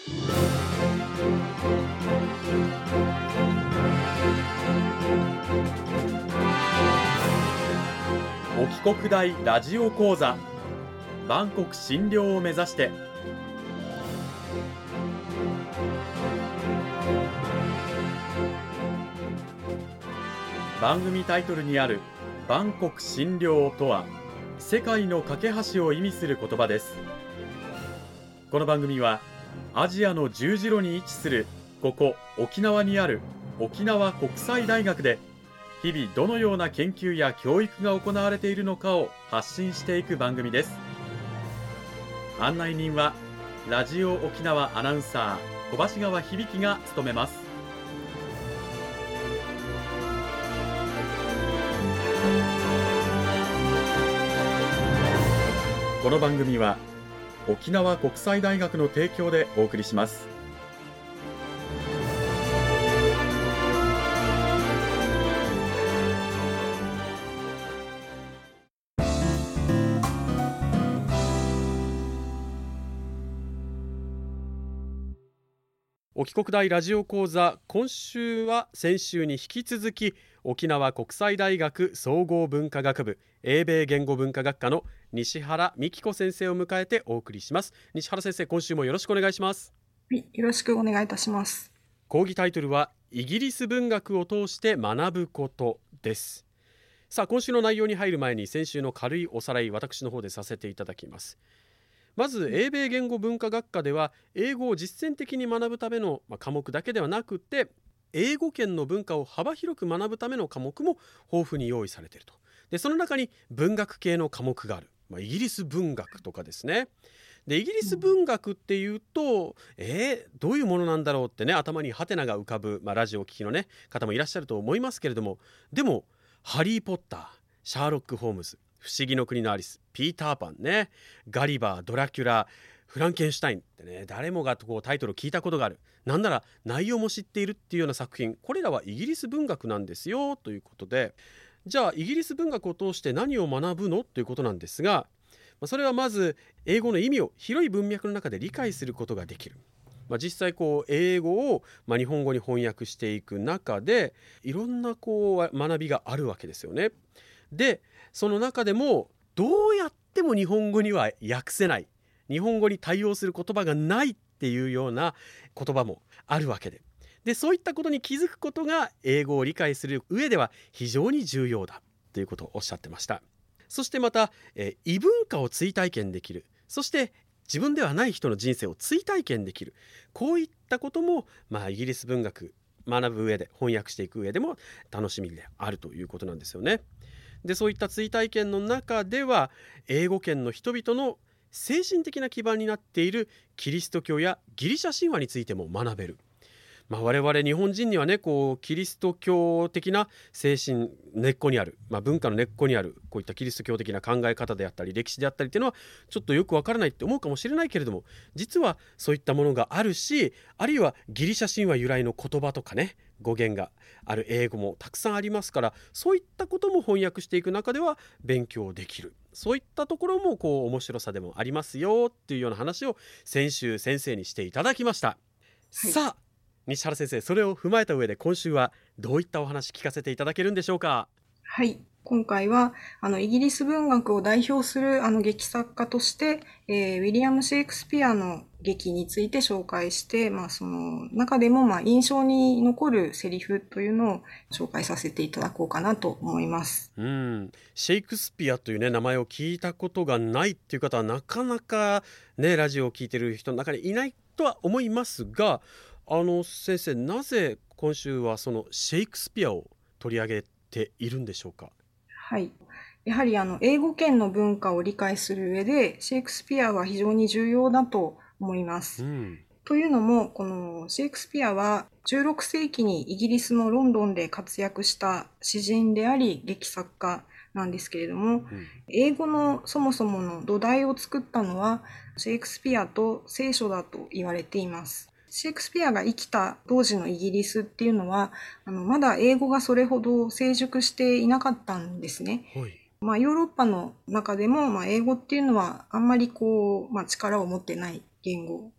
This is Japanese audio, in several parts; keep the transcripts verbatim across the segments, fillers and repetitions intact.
沖国大ラジオ講座、万国診療を目指して。番組タイトルにある万国診療とは、世界の架け橋を意味する言葉です。この番組はアジアの十字路に位置するここ沖縄にある沖縄国際大学で、日々どのような研究や教育が行われているのかを発信していく番組です。案内人はラジオ沖縄アナウンサー小橋川響が務めます。この番組は沖縄国際大学の提供でお送りします。沖国大ラジオ講座、今週は先週に引き続き沖縄国際大学総合文化学部英米言語文化学科の西原美希子先生を迎えてお送りします。西原先生、今週もよろしくお願いします。 はい、よろしくお願いいたします。 講義タイトルはイギリス文学を通して学ぶことです。さあ、今週の内容に入る前に先週の軽いおさらい、私の方でさせていただきます。まず英米言語文化学科では、英語を実践的に学ぶための科目だけではなくて、英語圏の文化を幅広く学ぶための科目も豊富に用意されていると。でその中に文学系の科目がある、まあ、イギリス文学とかですね。でイギリス文学っていうと、えー、どういうものなんだろうってね、頭にハテナが浮かぶ、まあ、ラジオを聞きの、ね、方もいらっしゃると思いますけれども、でもハリー・ポッター、シャーロック・ホームズ、不思議の国のアリス、ピーターパンね、ガリバー、ドラキュラ、フランケンシュタインってね、誰もがこうタイトルを聞いたことがある、なんなら内容も知っているっていうような作品、これらはイギリス文学なんですよということで、じゃあイギリス文学を通して何を学ぶのということなんですが、それはまず英語の意味を広い文脈の中で理解することができる。まあ、実際こう英語をまあ日本語に翻訳していく中で、いろんなこう学びがあるわけですよね。でその中でもどうやっても日本語には訳せない、日本語に対応する言葉がないっていうような言葉もあるわけで、でそういったことに気づくことが英語を理解する上では非常に重要だということをおっしゃってました。そしてまた、えー、異文化を追体験できる、そして自分ではない人の人生を追体験できる、こういったことも、まあ、イギリス文学学ぶ上で、翻訳していく上でも楽しみであるということなんですよね。でそういった追体験の中では、英語圏の人々の精神的な基盤になっているキリスト教やギリシャ神話についても学べる。まあ、我々日本人にはね、こうキリスト教的な精神根っこにある、まあ、文化の根っこにあるこういったキリスト教的な考え方であったり歴史であったりっていうのはちょっとよくわからないって思うかもしれないけれども、実はそういったものがあるし、あるいはギリシャ神話由来の言葉とかね、語源がある英語もたくさんありますから、そういったことも翻訳していく中では勉強できる、そういったところもこう面白さでもありますよっていうような話を先週先生にしていただきました。はい、さあ西原先生、それを踏まえた上で今週はどういったお話聞かせていただけるんでしょうか。 はい、今回はあのイギリス文学を代表するあの劇作家として、えー、ウィリアム・シェイクスピアの劇について紹介して、まあ、その中でもまあ印象に残るセリフというのを紹介させていただこうかなと思います。 うん、シェイクスピアという、ね、名前を聞いたことがないっていう方はなかなか、ね、ラジオを聞いている人の中にいないとは思いますが、あの先生、なぜ今週はそのシェイクスピアを取り上げているんでしょうか。 はい、やはりあの英語圏の文化を理解する上でシェイクスピアは非常に重要だと思います。うん、というのも、このシェイクスピアはじゅうろくせいきにイギリスのロンドンで活躍した詩人であり劇作家なんですけれども、うん、英語のそもそもの土台を作ったのはシェイクスピアと聖書だと言われています。シェイクスピアが生きた当時のイギリスっていうのは、あのまだ英語がそれほど成熟していなかったんですね。はい、まあ、ヨーロッパの中でも、まあ、英語っていうのはあんまりこう、まあ、力を持ってない言語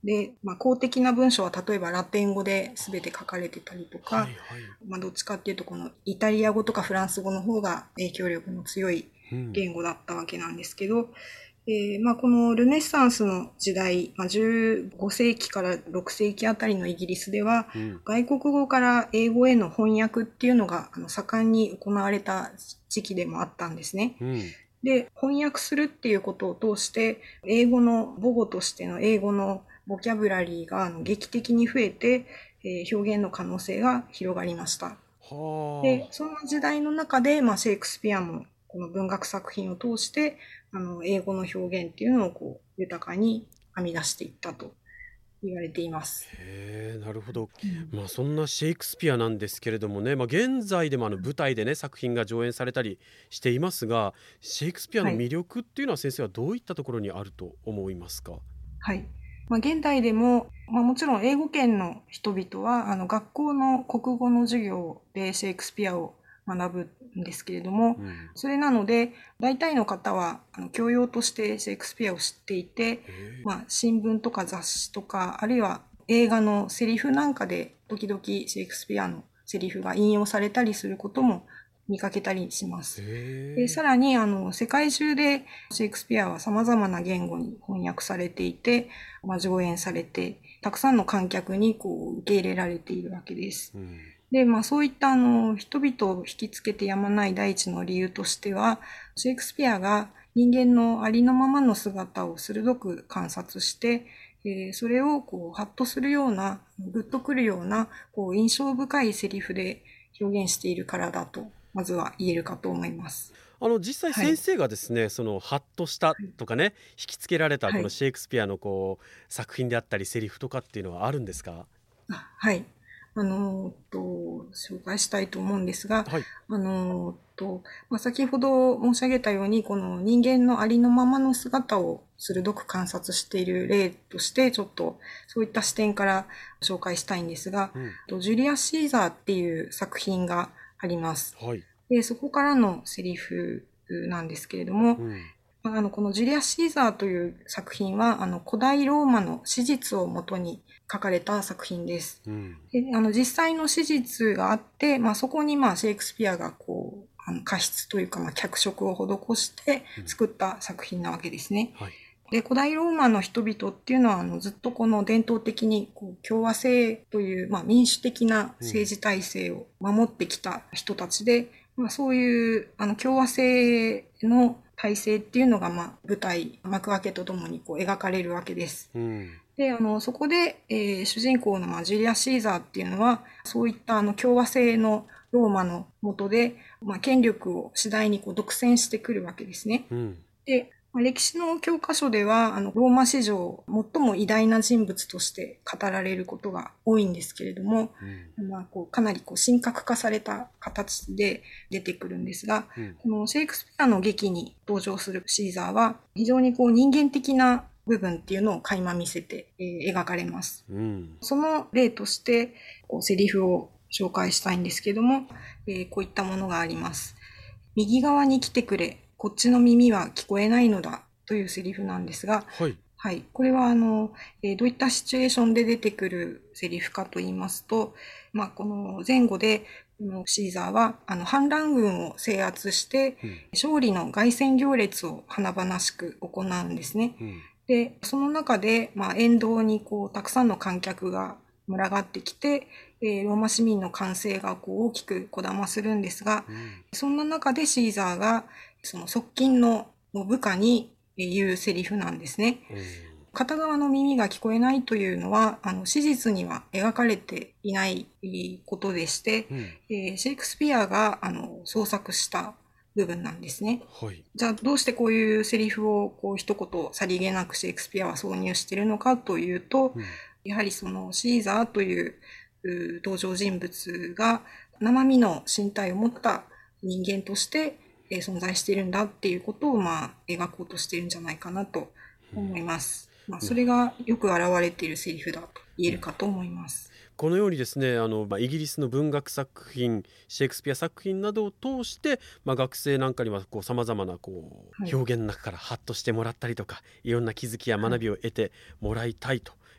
で、まあ、公的な文章は例えばラテン語で全て書かれてたりとか、はいはい、まあ、どっちかっていうとこのイタリア語とかフランス語の方が影響力の強い言語だったわけなんですけど、うん、えーまあ、このルネッサンスの時代、まあ、じゅうごせいきからろくせいきあたりのイギリスでは、うん、外国語から英語への翻訳っていうのがあの盛んに行われた時期でもあったんですね。うん、で、翻訳するっていうことを通して、英語の母語としての英語のボキャブラリーが劇的に増えて、えー、表現の可能性が広がりました。で、その時代の中で、まあ、シェイクスピアもこの文学作品を通して、あの、英語の表現っていうのをこう、豊かに編み出していったと言われています。 へえ、なるほど。うん、まあそんなシェイクスピアなんですけれどもね、まあ、現在でもあの舞台でね作品が上演されたりしていますが、シェイクスピアの魅力っていうのは先生はどういったところにあると思いますか？ はい。まあ、現代でも、まあ、もちろん英語圏の人々はあの学校の国語の授業でシェイクスピアを学ぶんですけれども、うん、それなので大体の方はあの教養としてシェイクスピアを知っていて、まあ、新聞とか雑誌とかあるいは映画のセリフなんかで時々シェイクスピアのセリフが引用されたりすることも見かけたりします。で、さらにあの世界中でシェイクスピアは様々な言語に翻訳されていて、まあ、上演されてたくさんの観客にこう受け入れられているわけです。うん、で、まあそういったあの人々を引きつけてやまない第一の理由としては、シェイクスピアが人間のありのままの姿を鋭く観察して、えー、それをこうハッとするような、グッとくるようなこう印象深いセリフで表現しているからだとまずは言えるかと思います。 あの実際先生がですね、はい、そのハッとしたとかね、はい、引きつけられたこのシェイクスピアのこう、はい、作品であったりセリフとかっていうのはあるんですか？ あ、はい。あのと紹介したいと思うんですが、はい、あのとまあ、先ほど申し上げたようにこの人間のありのままの姿を鋭く観察している例としてちょっとそういった視点から紹介したいんですが、うん、ジュリア・シーザーっていう作品があります。はい、でそこからのセリフなんですけれども、うん、あのこのジュリア・シーザーという作品はあの古代ローマの史実をもとに書かれた作品です。うん、であの実際の史実があって、まあ、そこにまあシェイクスピアがこうあの加筆というかまあ脚色を施して作った作品なわけですね。うん、はい、で古代ローマの人々っていうのはあのずっとこの伝統的にこう共和制という、まあ、民主的な政治体制を守ってきた人たちで、うん、まあ、そういうあの共和制の体制っていうのが、まあ、舞台幕開けとともにこう描かれるわけです。うん、であのそこで、えー、主人公の、まあ、ジュリア・シーザーっていうのはそういったあの共和制のローマの下で、まあ、権力を次第にこう独占してくるわけですね。うん、で歴史の教科書では、あの、ローマ史上最も偉大な人物として語られることが多いんですけれども、うん、まあ、こうかなりこう神格化された形で出てくるんですが、うん、このシェイクスピアの劇に登場するシーザーは、非常にこう人間的な部分っていうのを垣間見せて、えー、描かれます。うん、その例として、こうセリフを紹介したいんですけども、えー、こういったものがあります。右側に来てくれ。こっちの耳は聞こえないのだというセリフなんですが、はい。はい。これは、あの、えー、どういったシチュエーションで出てくるセリフかと言いますと、まあ、この前後で、シーザーは、あの、反乱軍を制圧して、うん、勝利の凱旋行列を華々しく行うんですね。うん、で、その中で、まあ、沿道に、こう、たくさんの観客が群がってきて、えー、ローマ市民の歓声がこう大きくこだまするんですが、うん、そんな中でシーザーが、その側近の部下に言うセリフなんですね。うん、片側の耳が聞こえないというのは、あの史実には描かれていないことでして、うん、えー、シェイクスピアがあの創作した部分なんですね。はい、じゃあどうしてこういうセリフをこう一言さりげなくシェイクスピアは挿入しているのかというと、うん、やはりそのシーザーという登場人物が生身の身体を持った人間として存在しているんだっていうことをまあ描こうとしているんじゃないかなと思います。まあ、それがよく表れているセリフだと言えるかと思います。 このようにですね、あの、まあ、イギリスの文学作品、シェイクスピア作品などを通して、まあ、学生なんかにはさまざまなこう、はい、表現の中からハッとしてもらったりとかいろんな気づきや学びを得てもらいたいと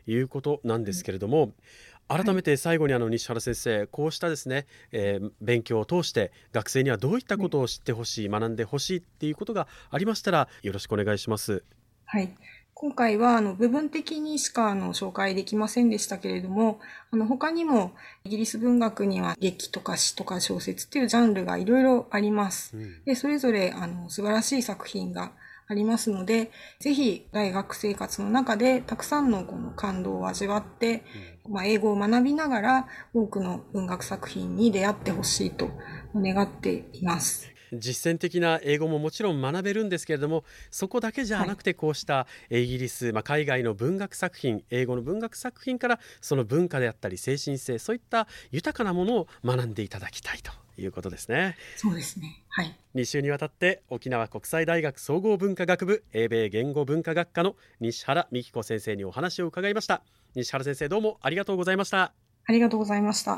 いうことなんですけれども、改めて最後にあの西原先生、こうしたですね、えー、勉強を通して学生にはどういったことを知ってほしい、学んでほしいっていうことがありましたらよろしくお願いします。 はい。今回はあの部分的にしかあの紹介できませんでしたけれども、あの他にもイギリス文学には劇とか詩とか小説っていうジャンルがいろいろあります。うん、でそれぞれあの素晴らしい作品がありますので、ぜひ大学生活の中でたくさんのこの感動を味わって、うん、まあ、英語を学びながら多くの文学作品に出会ってほしいと願っています。 実践的な英語ももちろん学べるんですけれども、そこだけじゃなくてこうしたイギリス、まあ、海外の文学作品、英語の文学作品からその文化であったり精神性、そういった豊かなものを学んでいただきたいということですね。 そうですね、はい。 に週にわたって沖縄国際大学総合文化学部英米言語文化学科の西原美希子先生にお話を伺いました。西原先生、どうもありがとうございました。 ありがとうございました。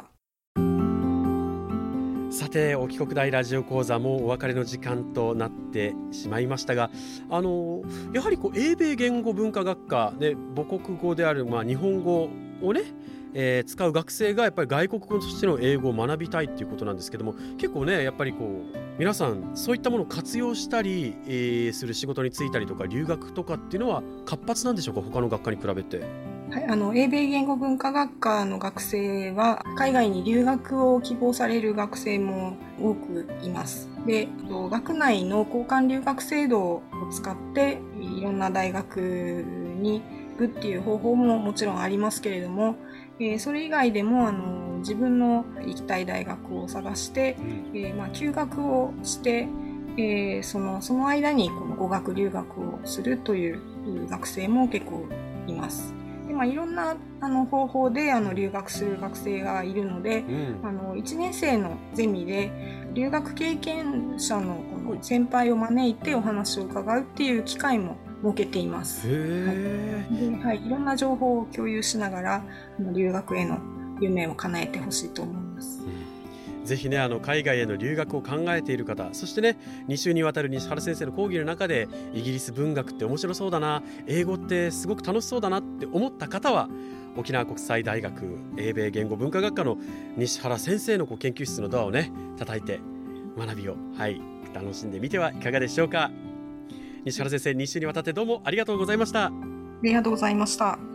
さて、お帰国大ラジオ講座もお別れの時間となってしまいましたが、あのやはりこう英米言語文化学科で母国語である、まあ、日本語をね、えー、使う学生がやっぱり外国語としての英語を学びたいっていうことなんですけども、結構ねやっぱりこう皆さんそういったものを活用したり、えー、する仕事に就いたりとか留学とかっていうのは活発なんでしょうか、他の学科に比べて。 はい、あの英米言語文化学科の学生は海外に留学を希望される学生も多くいます。で、学内の交換留学制度を使っていろんな大学に行くっていう方法ももちろんありますけれども、えー、それ以外でもあの自分の行きたい大学を探して、えーまあ、休学をして、えー、そのその間にこの語学留学をするという学生も結構います。でまあ、いろんなあの方法であの留学する学生がいるので、うん、あのいちねん生のゼミで留学経験者のこの先輩を招いてお話を伺うっていう機会も設けています。 へはいではい、いろんな情報を共有しながらあの留学への夢を叶えてほしいと思います。 うんぜひね、あの海外への留学を考えている方、そしてねに週にわたる西原先生の講義の中でイギリス文学って面白そうだな、英語ってすごく楽しそうだなって思った方は沖縄国際大学英米言語文化学科の西原先生の研究室のドアをね叩いて学びを、はい、楽しんでみてはいかがでしょうか。西原先生、に週にわたってどうもありがとうございました。 ありがとうございました。